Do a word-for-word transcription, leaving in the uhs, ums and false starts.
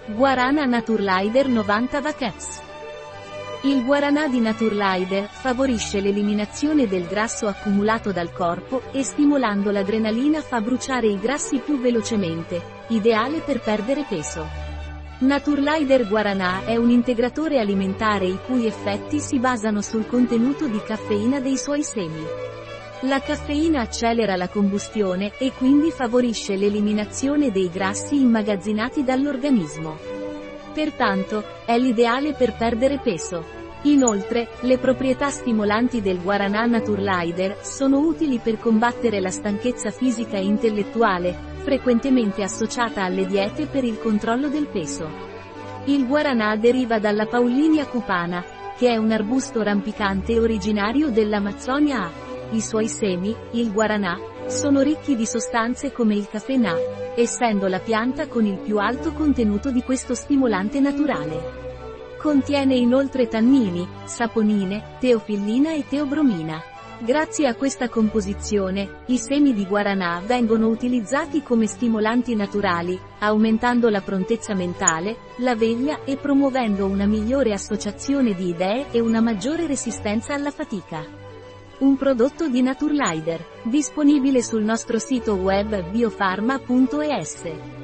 Guarana Naturlider novanta Vacaps. Il guaranà di Naturlider favorisce l'eliminazione del grasso accumulato dal corpo e stimolando l'adrenalina fa bruciare i grassi più velocemente, ideale per perdere peso. Naturlider Guaranà è un integratore alimentare i cui effetti si basano sul contenuto di caffeina dei suoi semi. La caffeina accelera la combustione e quindi favorisce l'eliminazione dei grassi immagazzinati dall'organismo. Pertanto, è l'ideale per perdere peso. Inoltre, le proprietà stimolanti del Guaranà Naturlider sono utili per combattere la stanchezza fisica e intellettuale, frequentemente associata alle diete per il controllo del peso. Il guaranà deriva dalla Paullinia cupana, che è un arbusto rampicante originario dell'Amazzonia A. I suoi semi, il guaranà, sono ricchi di sostanze come il caffeinà, essendo la pianta con il più alto contenuto di questo stimolante naturale. Contiene inoltre tannini, saponine, teofillina e teobromina. Grazie a questa composizione, i semi di guaranà vengono utilizzati come stimolanti naturali, aumentando la prontezza mentale, la veglia e promuovendo una migliore associazione di idee e una maggiore resistenza alla fatica. Un prodotto di Naturlider, disponibile sul nostro sito web biofarma punto es.